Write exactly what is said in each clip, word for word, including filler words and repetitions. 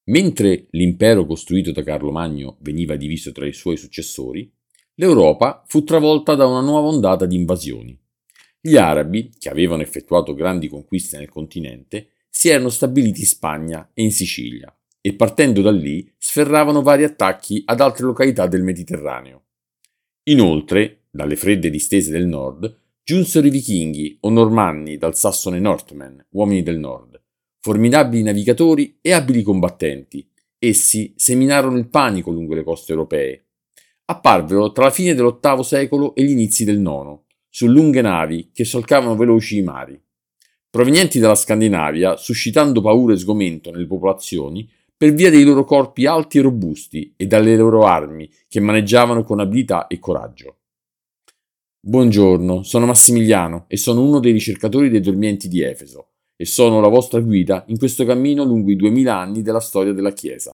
Mentre l'impero costruito da Carlo Magno veniva diviso tra i suoi successori, l'Europa fu travolta da una nuova ondata di invasioni. Gli arabi, che avevano effettuato grandi conquiste nel continente, si erano stabiliti in Spagna e in Sicilia e partendo da lì sferravano vari attacchi ad altre località del Mediterraneo. Inoltre, dalle fredde distese del nord, giunsero i vichinghi o normanni dal sassone Northmen, uomini del nord, formidabili navigatori e abili combattenti. Essi seminarono il panico lungo le coste europee. Apparvero tra la fine dell'ottavo secolo e gli inizi del nono, su lunghe navi che solcavano veloci i mari. Provenienti dalla Scandinavia, suscitando paura e sgomento nelle popolazioni per via dei loro corpi alti e robusti e dalle loro armi che maneggiavano con abilità e coraggio. Buongiorno, sono Massimiliano e sono uno dei ricercatori dei dormienti di Efeso e sono la vostra guida in questo cammino lungo i duemila anni della storia della Chiesa.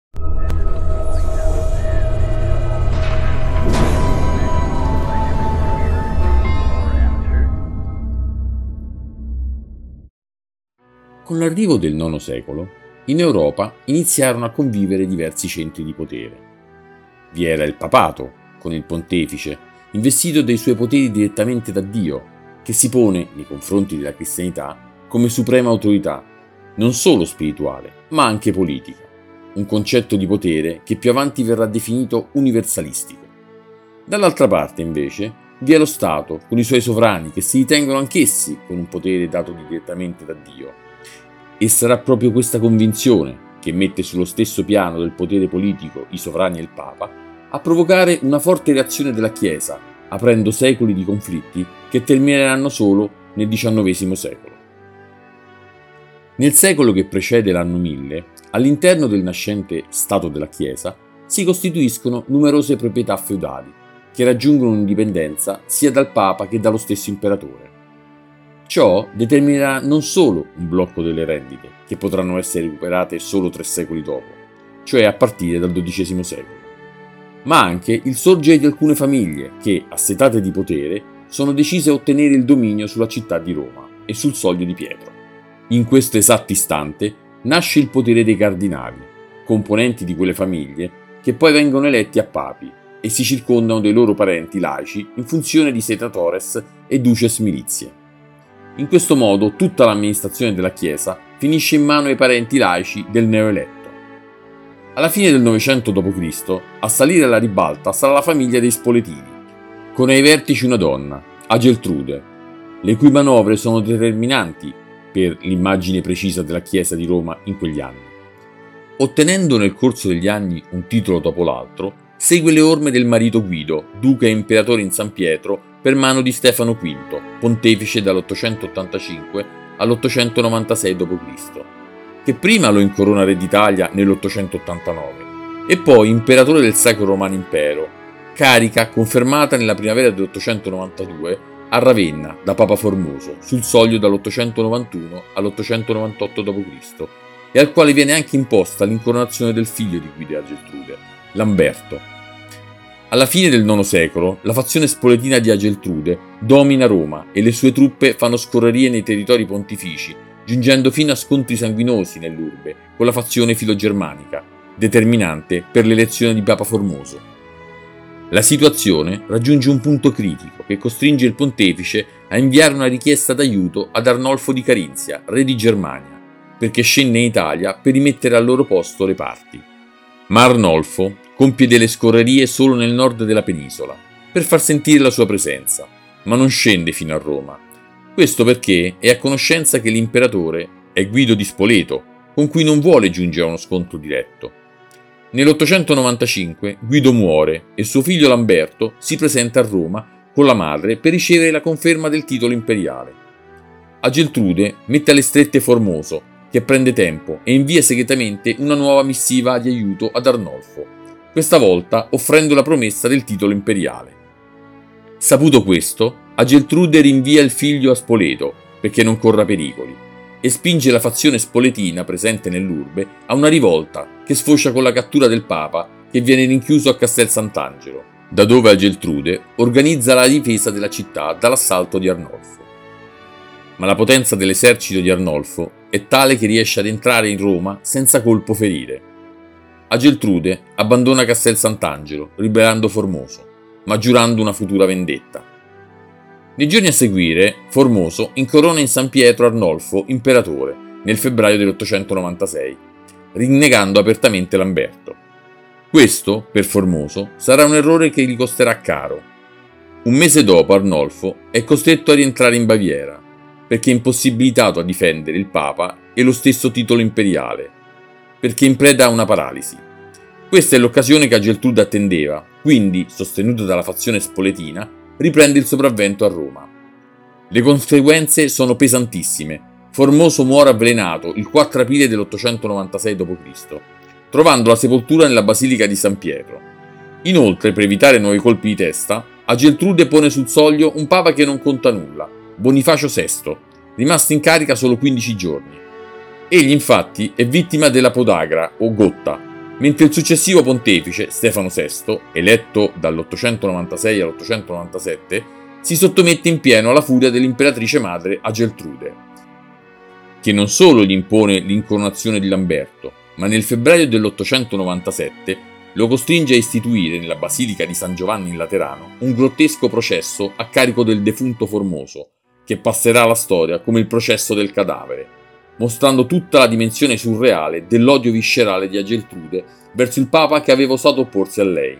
Con l'arrivo del nono secolo, in Europa iniziarono a convivere diversi centri di potere. Vi era il papato, con il pontefice, investito dei suoi poteri direttamente da Dio, che si pone, nei confronti della cristianità, come suprema autorità, non solo spirituale, ma anche politica, un concetto di potere che più avanti verrà definito universalistico. Dall'altra parte, invece, vi è lo Stato, con i suoi sovrani, che si ritengono anch'essi con un potere dato direttamente da Dio. E sarà proprio questa convinzione, che mette sullo stesso piano del potere politico i sovrani e il Papa, a provocare una forte reazione della Chiesa, aprendo secoli di conflitti che termineranno solo nel diciannovesimo secolo. Nel secolo che precede l'anno mille, all'interno del nascente Stato della Chiesa, si costituiscono numerose proprietà feudali, che raggiungono un'indipendenza sia dal Papa che dallo stesso imperatore. Ciò determinerà non solo un blocco delle rendite, che potranno essere recuperate solo tre secoli dopo, cioè a partire dal dodicesimo secolo, ma anche il sorgere di alcune famiglie che, assetate di potere, sono decise a ottenere il dominio sulla città di Roma e sul Soglio di Pietro. In questo esatto istante nasce il potere dei cardinali, componenti di quelle famiglie che poi vengono eletti a papi e si circondano dei loro parenti laici in funzione di setatores e duces milizie. In questo modo tutta l'amministrazione della Chiesa finisce in mano ai parenti laici del neoeletto. Alla fine del Novecento dopo Cristo, a salire alla ribalta sarà la famiglia dei Spoletini, con ai vertici una donna, Ageltrude, le cui manovre sono determinanti per l'immagine precisa della Chiesa di Roma in quegli anni. Ottenendo nel corso degli anni un titolo dopo l'altro, segue le orme del marito Guido, duca e imperatore in San Pietro, per mano di Stefano quinto, pontefice dall'ottocentottantacinque all'ottocentonovantasei dopo Cristo, che prima lo incorona re d'Italia nell'ottocentottantanove e poi imperatore del Sacro Romano Impero, carica confermata nella primavera dell'ottocentonovantadue a Ravenna da Papa Formoso, sul Soglio dall'ottocentonovantuno all'ottocentonovantotto dopo Cristo, e al quale viene anche imposta l'incoronazione del figlio di Guido e Ageltrude, Lamberto. Alla fine del nono secolo, la fazione spoletina di Ageltrude domina Roma e le sue truppe fanno scorrerie nei territori pontifici, giungendo fino a scontri sanguinosi nell'urbe con la fazione filogermanica, determinante per l'elezione di Papa Formoso. La situazione raggiunge un punto critico che costringe il pontefice a inviare una richiesta d'aiuto ad Arnolfo di Carinzia, re di Germania, perché scende in Italia per rimettere al loro posto le parti. Ma Arnolfo compie delle scorrerie solo nel nord della penisola, per far sentire la sua presenza, ma non scende fino a Roma. Questo perché è a conoscenza che l'imperatore è Guido di Spoleto, con cui non vuole giungere a uno scontro diretto. Nell'ottocentonovantacinque Guido muore e suo figlio Lamberto si presenta a Roma con la madre per ricevere la conferma del titolo imperiale. Ageltrude mette alle strette Formoso, che prende tempo e invia segretamente una nuova missiva di aiuto ad Arnolfo, questa volta offrendo la promessa del titolo imperiale. Saputo questo, Ageltrude rinvia il figlio a Spoleto perché non corra pericoli e spinge la fazione spoletina presente nell'urbe a una rivolta che sfocia con la cattura del Papa, che viene rinchiuso a Castel Sant'Angelo, da dove Ageltrude organizza la difesa della città dall'assalto di Arnolfo. Ma la potenza dell'esercito di Arnolfo è tale che riesce ad entrare in Roma senza colpo ferire. Ageltrude abbandona Castel Sant'Angelo, liberando Formoso, ma giurando una futura vendetta. Nei giorni a seguire, Formoso incorona in San Pietro Arnolfo imperatore nel febbraio dell'ottocentonovantasei, rinnegando apertamente Lamberto. Questo, per Formoso, sarà un errore che gli costerà caro. Un mese dopo Arnolfo è costretto a rientrare in Baviera, perché è impossibilitato a difendere il Papa e lo stesso titolo imperiale, perché in preda a una paralisi. Questa è l'occasione che Ageltrude attendeva, quindi, sostenuto dalla fazione spoletina, riprende il sopravvento a Roma. Le conseguenze sono pesantissime. Formoso muore avvelenato il quattro aprile dell'ottocentonovantasei dopo Cristo, trovando la sepoltura nella Basilica di San Pietro. Inoltre, per evitare nuovi colpi di testa, Ageltrude pone sul soglio un papa che non conta nulla, Bonifacio sesto, rimasto in carica solo quindici giorni. Egli infatti è vittima della podagra o gotta, mentre il successivo pontefice, Stefano sesto, eletto dall'ottocentonovantasei all'ottocentonovantasette, si sottomette in pieno alla furia dell'imperatrice madre Ageltrude, che non solo gli impone l'incoronazione di Lamberto, ma nel febbraio dell'ottocentonovantasette lo costringe a istituire nella Basilica di San Giovanni in Laterano un grottesco processo a carico del defunto Formoso, che passerà alla storia come il processo del cadavere, mostrando tutta la dimensione surreale dell'odio viscerale di Ageltrude verso il Papa che aveva osato opporsi a lei.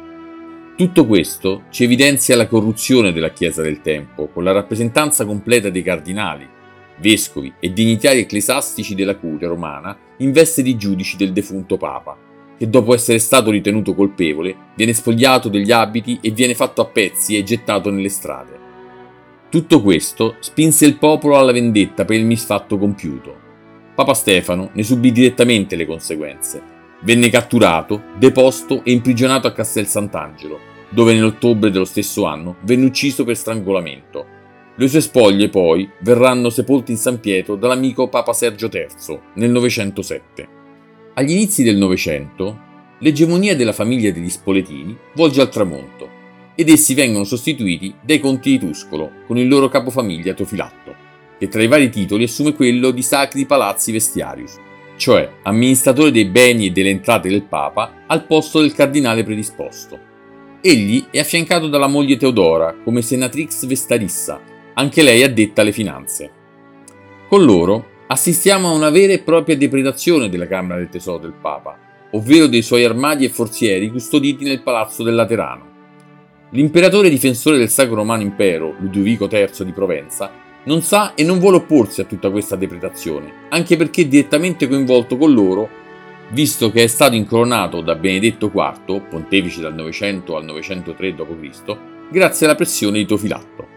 Tutto questo ci evidenzia la corruzione della Chiesa del tempo, con la rappresentanza completa dei cardinali, vescovi e dignitari ecclesiastici della curia romana in veste di giudici del defunto Papa, che dopo essere stato ritenuto colpevole viene spogliato degli abiti e viene fatto a pezzi e gettato nelle strade. Tutto questo spinse il popolo alla vendetta per il misfatto compiuto. Papa Stefano ne subì direttamente le conseguenze. Venne catturato, deposto e imprigionato a Castel Sant'Angelo, dove nell'ottobre dello stesso anno venne ucciso per strangolamento. Le sue spoglie poi verranno sepolte in San Pietro dall'amico Papa Sergio terzo nel novecentosette. Agli inizi del Novecento, l'egemonia della famiglia degli Spoletini volge al tramonto, ed essi vengono sostituiti dai conti di Tuscolo con il loro capofamiglia Teofilatto, che tra i vari titoli assume quello di Sacri Palazzi Vestiarius, cioè amministratore dei beni e delle entrate del Papa al posto del cardinale predisposto. Egli è affiancato dalla moglie Teodora come senatrix Vestarissa, anche lei addetta alle finanze. Con loro assistiamo a una vera e propria depredazione della Camera del Tesoro del Papa, ovvero dei suoi armadi e forzieri custoditi nel Palazzo del Laterano. L'imperatore difensore del Sacro Romano Impero, Ludovico terzo di Provenza, non sa e non vuole opporsi a tutta questa depredazione, anche perché è direttamente coinvolto con loro, visto che è stato incoronato da Benedetto quarto, pontefice dal novecento al novecentotre dopo Cristo, grazie alla pressione di Teofilatto.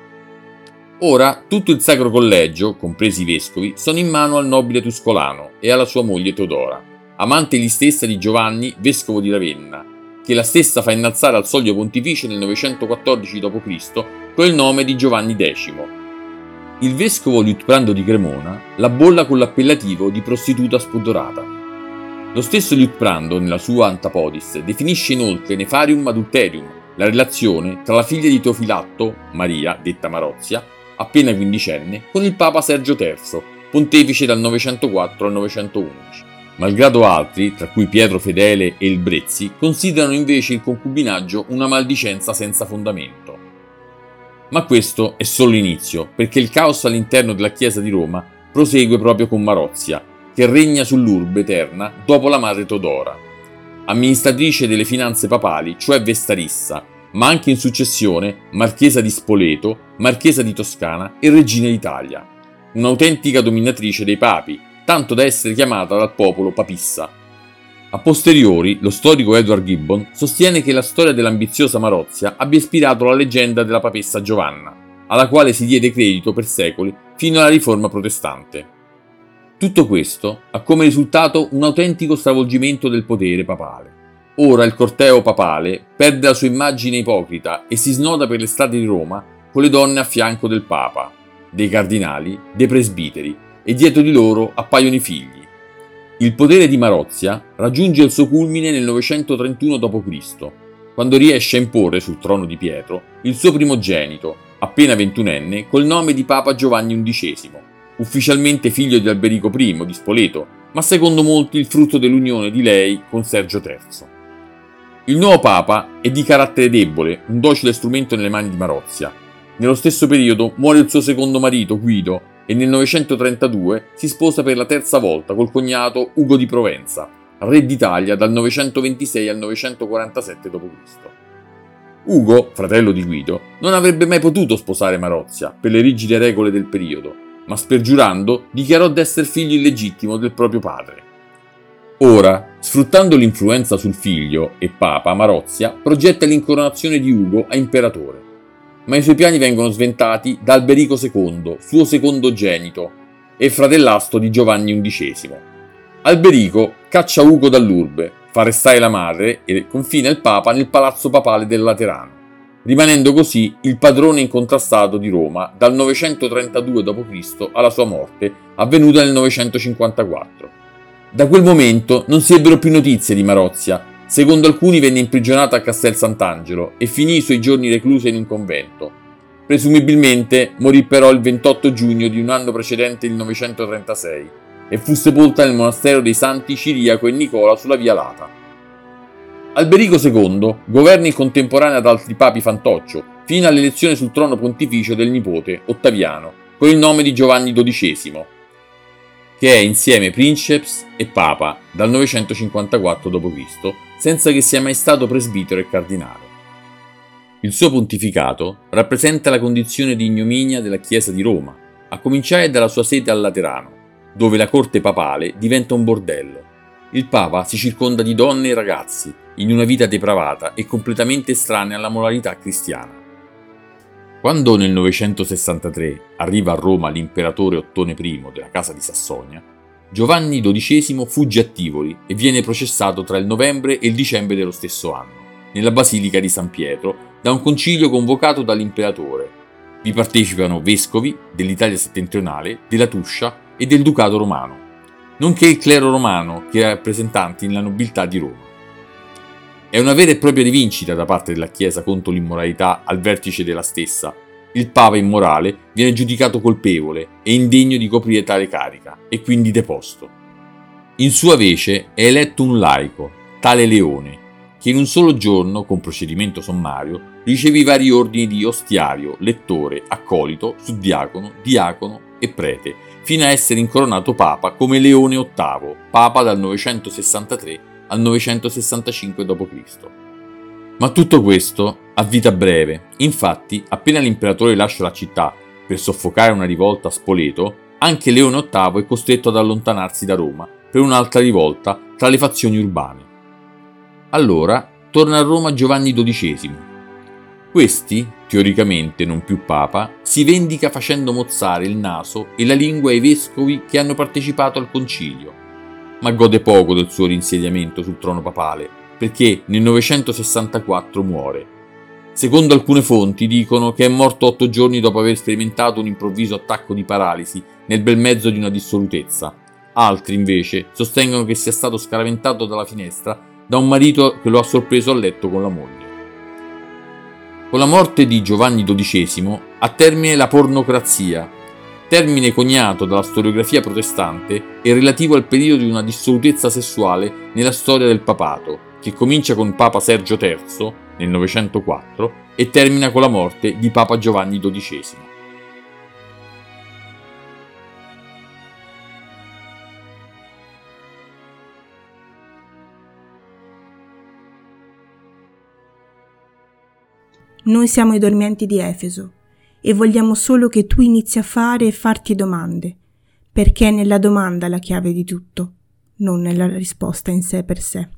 Ora tutto il Sacro Collegio, compresi i vescovi, sono in mano al nobile tuscolano e alla sua moglie Teodora, amante egli stessa di Giovanni, vescovo di Ravenna, che la stessa fa innalzare al soglio pontificio nel novecentoquattordici dopo Cristo con il nome di Giovanni decimo. Il vescovo Liutprando di Cremona la bolla con l'appellativo di prostituta spudorata. Lo stesso Liutprando, nella sua Antapodis, definisce inoltre nefarium adulterium, la relazione tra la figlia di Teofilatto, Maria, detta Marozia, appena quindicenne, con il Papa Sergio terzo, pontefice dal novecentoquattro al novecentoundici. Malgrado altri, tra cui Pietro Fedele e il Brezzi, considerano invece il concubinaggio una maldicenza senza fondamento. Ma questo è solo l'inizio, perché il caos all'interno della Chiesa di Roma prosegue proprio con Marozia, che regna sull'urbe eterna dopo la madre Teodora, amministratrice delle finanze papali, cioè Vestarissa, ma anche in successione Marchesa di Spoleto, Marchesa di Toscana e Regina d'Italia, un'autentica dominatrice dei papi, tanto da essere chiamata dal popolo papissa. A posteriori, lo storico Edward Gibbon sostiene che la storia dell'ambiziosa Marozia abbia ispirato la leggenda della papessa Giovanna, alla quale si diede credito per secoli fino alla riforma protestante. Tutto questo ha come risultato un autentico stravolgimento del potere papale. Ora il corteo papale perde la sua immagine ipocrita e si snoda per le strade di Roma con le donne a fianco del Papa, dei cardinali, dei presbiteri, e dietro di loro appaiono i figli. Il potere di Marozia raggiunge il suo culmine nel novecentotrentuno dopo Cristo, quando riesce a imporre sul trono di Pietro il suo primogenito, appena ventunenne, col nome di Papa Giovanni undicesimo, ufficialmente figlio di Alberico primo di Spoleto, ma secondo molti il frutto dell'unione di lei con Sergio terzo. Il nuovo papa è di carattere debole, un docile strumento nelle mani di Marozia. Nello stesso periodo muore il suo secondo marito, Guido, e nel novecentotrentadue si sposa per la terza volta col cognato Ugo di Provenza, re d'Italia dal novecentoventisei al novecentoquarantasette dopo Cristo Ugo, fratello di Guido, non avrebbe mai potuto sposare Marozia per le rigide regole del periodo, ma spergiurando dichiarò d'essere figlio illegittimo del proprio padre. Ora, sfruttando l'influenza sul figlio e papa, Marozia progetta l'incoronazione di Ugo a imperatore, ma i suoi piani vengono sventati da Alberico secondo, suo secondogenito e fratellastro di Giovanni undicesimo. Alberico caccia Ugo dall'urbe, fa arrestare la madre e confina il papa nel palazzo papale del Laterano, rimanendo così il padrone incontrastato di Roma dal novecentotrentadue dopo Cristo alla sua morte, avvenuta nel novecentocinquantaquattro. Da quel momento non si ebbero più notizie di Marozia. Secondo alcuni venne imprigionata a Castel Sant'Angelo e finì i suoi giorni reclusa in un convento. Presumibilmente morì però il ventotto giugno di un anno precedente il novecentotrentasei e fu sepolta nel monastero dei Santi Ciriaco e Nicola sulla via Lata. Alberico secondo governa in contemporanea ad altri papi fantoccio fino all'elezione sul trono pontificio del nipote Ottaviano con il nome di Giovanni dodicesimo, che è insieme princeps e papa dal novecentocinquantaquattro dopo Cristo, senza che sia mai stato presbitero e cardinale. Il suo pontificato rappresenta la condizione di ignominia della Chiesa di Roma, a cominciare dalla sua sede al Laterano, dove la corte papale diventa un bordello. Il papa si circonda di donne e ragazzi, in una vita depravata e completamente estranea alla moralità cristiana. Quando nel novecentosessantatré arriva a Roma l'imperatore Ottone I della Casa di Sassonia, Giovanni dodicesimo fugge a Tivoli e viene processato tra il novembre e il dicembre dello stesso anno, nella Basilica di San Pietro, da un concilio convocato dall'imperatore. Vi partecipano vescovi dell'Italia settentrionale, della Tuscia e del Ducato romano, nonché il clero romano che ha rappresentanti nella nobiltà di Roma. È una vera e propria rivincita da parte della Chiesa contro l'immoralità al vertice della stessa. Il Papa immorale viene giudicato colpevole e indegno di coprire tale carica e quindi deposto. In sua vece è eletto un laico, tale Leone, che in un solo giorno, con procedimento sommario, riceve i vari ordini di ostiario, lettore, accolito, suddiacono, diacono e prete, fino a essere incoronato Papa come Leone ottavo, Papa dal novecentosessantatré al novecentosessantacinque dopo Cristo Ma tutto questo ha vita breve. Infatti, appena l'imperatore lascia la città per soffocare una rivolta a Spoleto, anche Leone ottavo è costretto ad allontanarsi da Roma per un'altra rivolta tra le fazioni urbane. Allora torna a Roma Giovanni dodicesimo. Questi, teoricamente non più papa, si vendica facendo mozzare il naso e la lingua ai vescovi che hanno partecipato al concilio, ma gode poco del suo reinsediamento sul trono papale, perché nel novecentosessantaquattro muore. Secondo alcune fonti dicono che è morto otto giorni dopo aver sperimentato un improvviso attacco di paralisi nel bel mezzo di una dissolutezza. Altri, invece, sostengono che sia stato scaraventato dalla finestra da un marito che lo ha sorpreso a letto con la moglie. Con la morte di Giovanni dodicesimo ha termine la pornocrazia, termine coniato dalla storiografia protestante e relativo al periodo di una dissolutezza sessuale nella storia del papato, che comincia con Papa Sergio terzo nel novecentoquattro e termina con la morte di Papa Giovanni dodicesimo. Noi siamo i dormienti di Efeso e vogliamo solo che tu inizi a fare e farti domande, perché è nella domanda la chiave di tutto, non nella risposta in sé per sé.